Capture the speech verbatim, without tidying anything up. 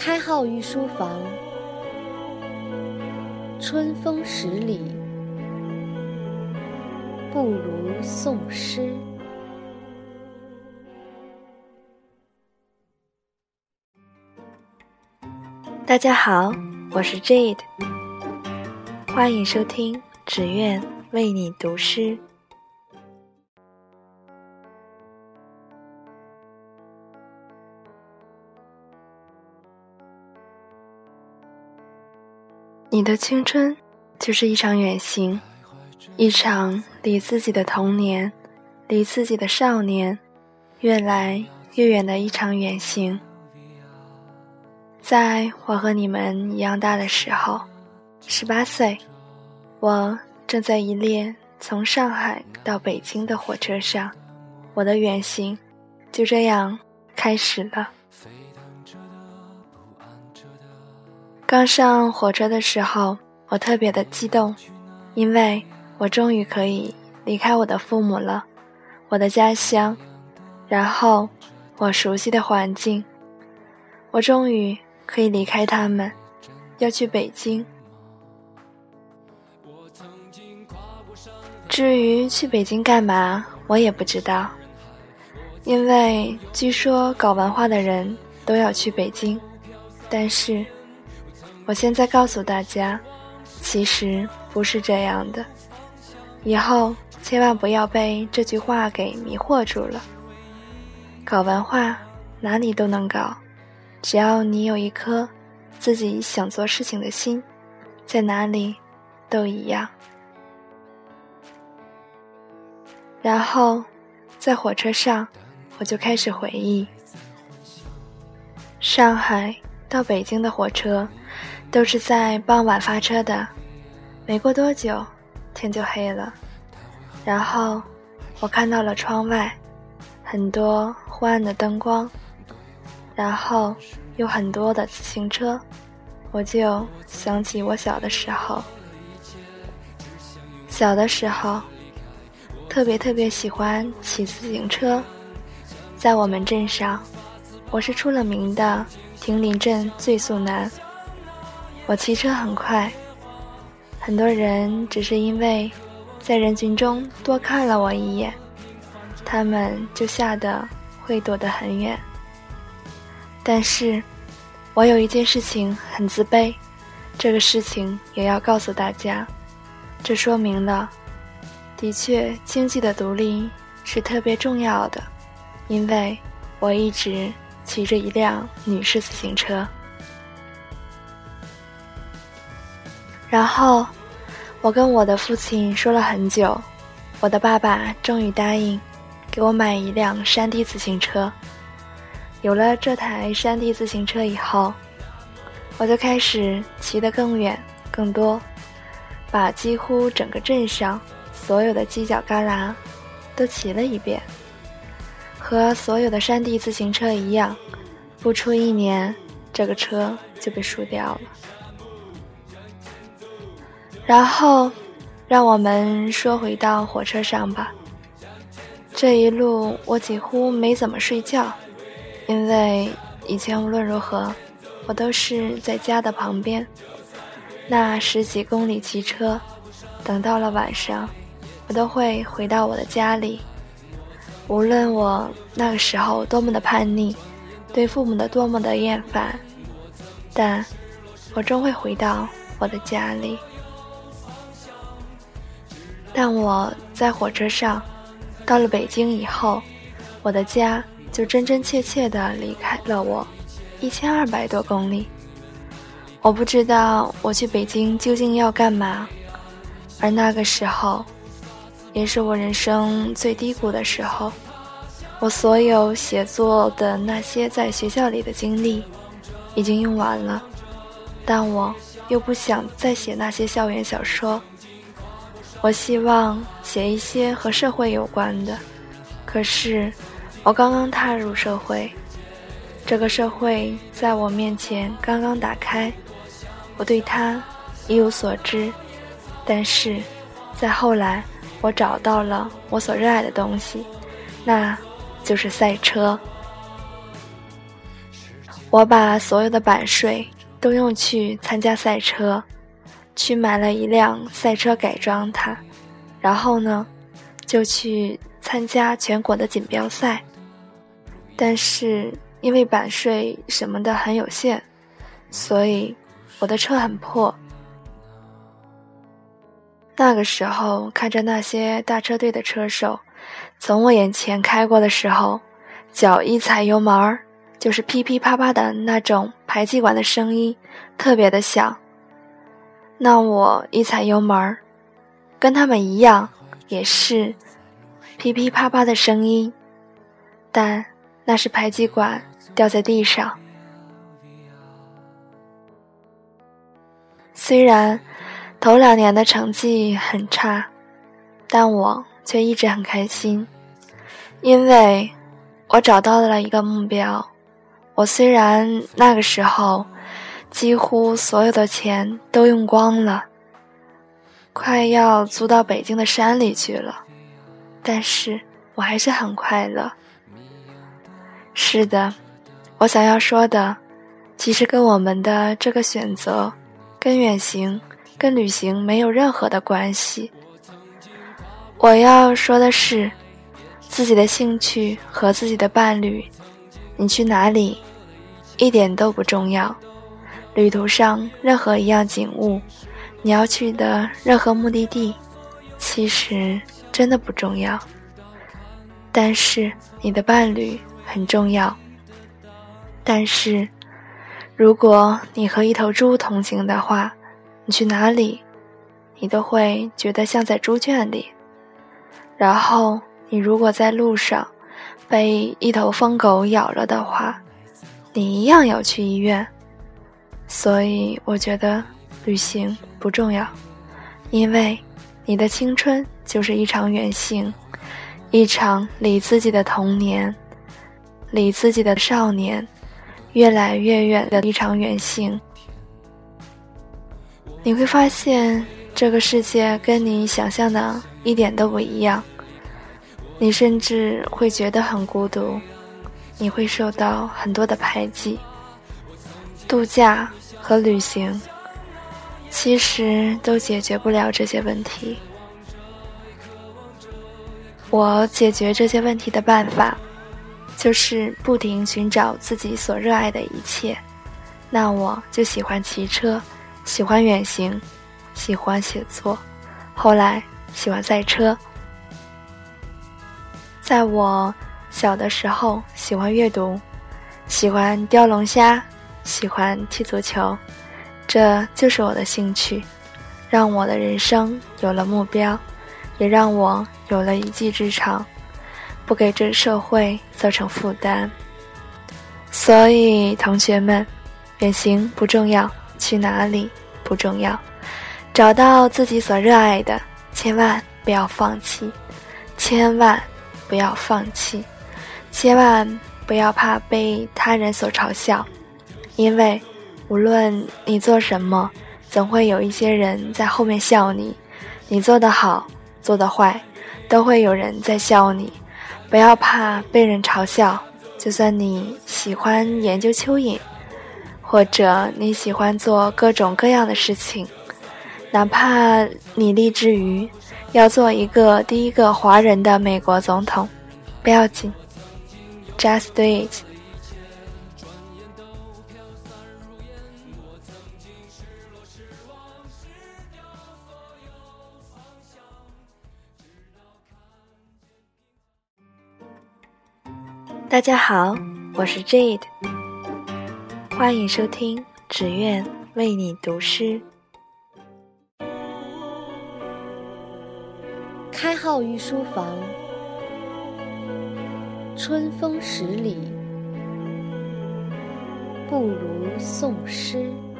开号御书房，春风十里，不如诵诗。 大家好，我是 Jade， 欢迎收听只愿为你读诗。你的青春就是一场远行，一场离自己的童年，离自己的少年越来越远的一场远行。在我和你们一样大的时候，十八岁，我正在一列从上海到北京的火车上，我的远行就这样开始了。刚上火车的时候，我特别的激动，因为我终于可以离开我的父母了，我的家乡，然后我熟悉的环境，我终于可以离开他们，要去北京。至于去北京干嘛，我也不知道，因为据说搞文化的人都要去北京，但是我现在告诉大家，其实不是这样的。以后千万不要被这句话给迷惑住了。搞文化哪里都能搞，只要你有一颗自己想做事情的心，在哪里都一样。然后在火车上，我就开始回忆，上海到北京的火车都是在傍晚发车的，没过多久天就黑了。然后我看到了窗外很多昏暗的灯光，然后有很多的自行车，我就想起我小的时候。小的时候特别特别喜欢骑自行车，在我们镇上，我是出了名的亭林镇最速男。我骑车很快，很多人只是因为在人群中多看了我一眼，他们就吓得会躲得很远。但是我有一件事情很自卑，这个事情也要告诉大家，这说明了的确经济的独立是特别重要的，因为我一直骑着一辆女士自行车。然后我跟我的父亲说了很久，我的爸爸终于答应给我买一辆山地自行车。有了这台山地自行车以后，我就开始骑得更远更多，把几乎整个镇上所有的犄角旮旯都骑了一遍。和所有的山地自行车一样，不出一年，这个车就被输掉了。然后让我们说回到火车上吧。这一路我几乎没怎么睡觉，因为以前无论如何我都是在家的旁边，那十几公里骑车，等到了晚上我都会回到我的家里。无论我那个时候多么的叛逆，对父母的多么的厌烦，但我终会回到我的家里。但我在火车上到了北京以后，我的家就真真切切地离开了我一千二百多公里。我不知道我去北京究竟要干嘛，而那个时候也是我人生最低谷的时候。我所有写作的那些在学校里的经历已经用完了，但我又不想再写那些校园小说，我希望写一些和社会有关的。可是我刚刚踏入社会，这个社会在我面前刚刚打开，我对它一无所知，但是在后来我找到了我所热爱的东西，那就是赛车。 我把所有的版税都用去参加赛车，去买了一辆赛车改装它，然后呢，就去参加全国的锦标赛。但是因为版税什么的很有限，所以我的车很破。那个时候看着那些大车队的车手从我眼前开过的时候，脚一踩油门儿，就是噼噼啪啪的那种排气管的声音特别的响。那我一踩油门儿，跟他们一样也是噼噼啪啪的声音，但那是排气管掉在地上。虽然头两年的成绩很差，但我却一直很开心，因为我找到了一个目标。我虽然那个时候几乎所有的钱都用光了，快要租到北京的山里去了，但是我还是很快乐。是的，我想要说的其实跟我们的这个选择跟远行跟旅行没有任何的关系。我要说的是，自己的兴趣和自己的伴侣，你去哪里一点都不重要。旅途上任何一样景物，你要去的任何目的地，其实真的不重要。但是你的伴侣很重要。但是如果你和一头猪同行的话，你去哪里你都会觉得像在猪圈里。然后你如果在路上被一头疯狗咬了的话，你一样要去医院。所以我觉得旅行不重要，因为你的青春就是一场远行，一场离自己的童年，离自己的少年越来越远的一场远行。你会发现这个世界跟你想象的一点都不一样，你甚至会觉得很孤独，你会受到很多的排挤。度假和旅行其实都解决不了这些问题。我解决这些问题的办法就是不停寻找自己所热爱的一切。那我就喜欢骑车，喜欢远行，喜欢写作，后来喜欢赛车。在我小的时候喜欢阅读，喜欢钓龙虾，喜欢踢足球，这就是我的兴趣，让我的人生有了目标，也让我有了一技之长，不给这社会造成负担。所以同学们，远行不重要，去哪里不重要，找到自己所热爱的，千万不要放弃，千万不要放弃，千万不要怕被他人所嘲笑，因为无论你做什么，总会有一些人在后面笑你，你做得好做得坏，都会有人在笑你。不要怕被人嘲笑，就算你喜欢研究蚯蚓，或者你喜欢做各种各样的事情，哪怕你立志于要做一个第一个华人的美国总统，不要紧， just do it。 大家好，我是 Jade， 欢迎收听只愿为你读诗。 开号御书房，春风十里，不如诵诗。